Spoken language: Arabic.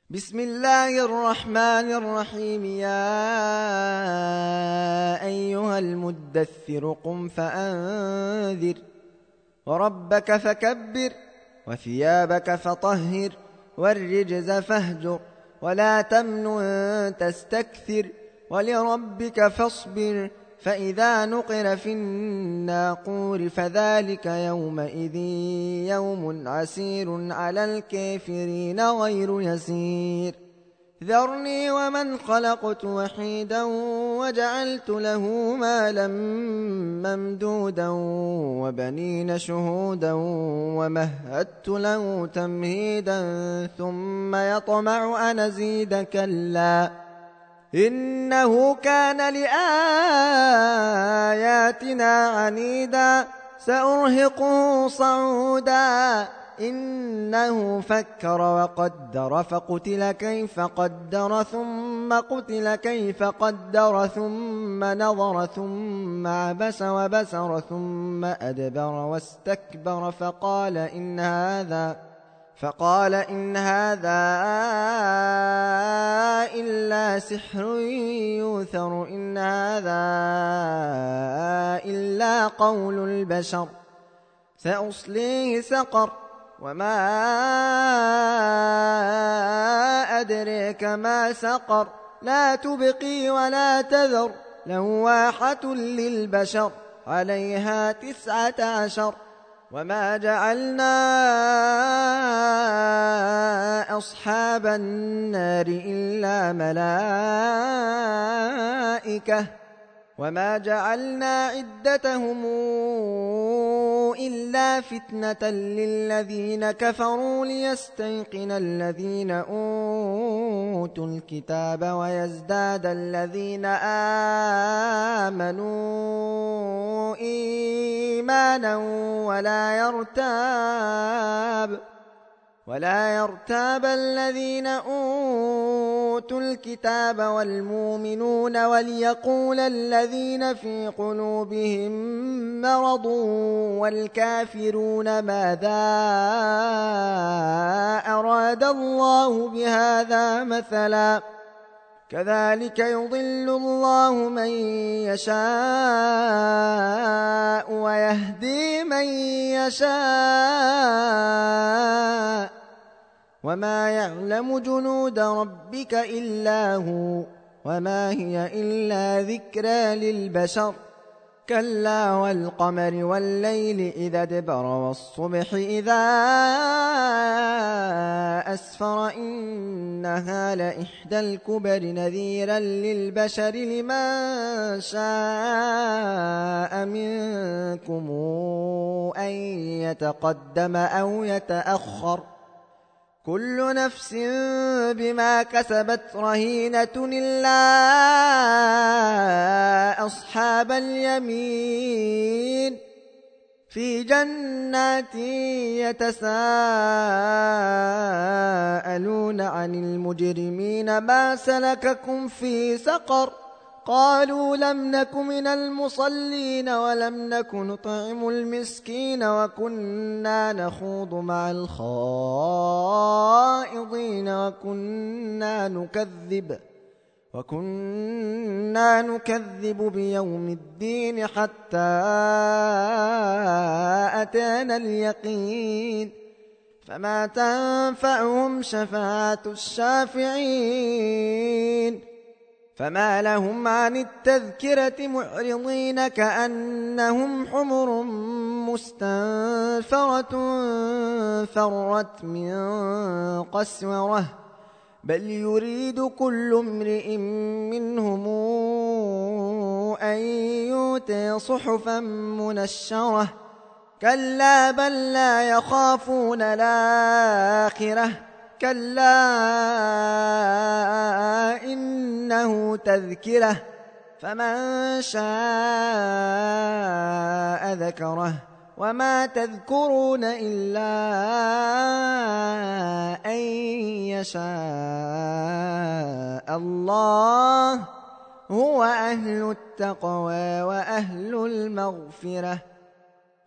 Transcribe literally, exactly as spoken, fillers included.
بسم الله الرحمن الرحيم. يا أيها المدثر قم فأنذر وربك فكبر وثيابك فطهر والرجز فاهجر ولا تمنن تستكثر ولربك فاصبر فإذا نقر في الناقور فذلك يومئذ يوم عسير على الكافرين غير يسير. ذرني ومن خلقت وحيدا وجعلت له مالا ممدودا وبنين شهودا ومهدت له تمهيدا ثم يطمع أن أزيد كلا إنه كان لآياتنا عنيدا سأرهقه صعودا إنه فكر وقدر فقتل كيف قدر ثم قتل كيف قدر ثم نظر ثم عبس وبسر ثم أدبر واستكبر فقال إن هذا فقال إن هذا إلا سحر يؤثر إن هذا إلا قول البشر سأصليه سقر وما أدريك ما سقر لا تبقي ولا تذر لواحة للبشر عليها تسعة عشر وما جعلنا أصحاب النار إلا ملائكة وما جعلنا عدتهم إلا فتنة للذين كفروا ليستيقن الذين أوتوا الكتاب ويزداد الذين آمنوا إيمانا ولا يرتاب ولا يرتاب الذين أوتوا الكتاب والمؤمنون وليقول الذين في قلوبهم مرض والكافرون ماذا أراد الله بهذا مثلا كذلك يضل الله من يشاء ويهدي من يشاء وما يعلم جنود ربك إلا هو وما هي إلا ذكرى للبشر كلا والقمر والليل إذا ادبر والصبح إذا أسفر إنها لإحدى الكبر نذيرا للبشر لمن شاء منكم أن يتقدم أو يتأخر كل نفس بما كسبت رهينة إلا أصحاب اليمين في جنات يتساءلون عن المجرمين ما سلككم في سقر قالوا لم نك من المصلين ولم نك نطعم المسكين وكنا نخوض مع الخائضين وكنا نكذب وكنا نكذب بيوم الدين حتى أتانا اليقين فما تنفعهم شفاعة الشافعين فما لهم عن التذكرة معرضين كأنهم حمر مستنفرة فرت من قسورة بل يريد كل امرئ منهم أن يؤتى صحفا منشرة كلا بل لا يخافون الآخرة كلا إنه تذكرة فمن شاء ذكره وما تذكرون إلا أن يشاء الله هو أهل التقوى وأهل المغفرة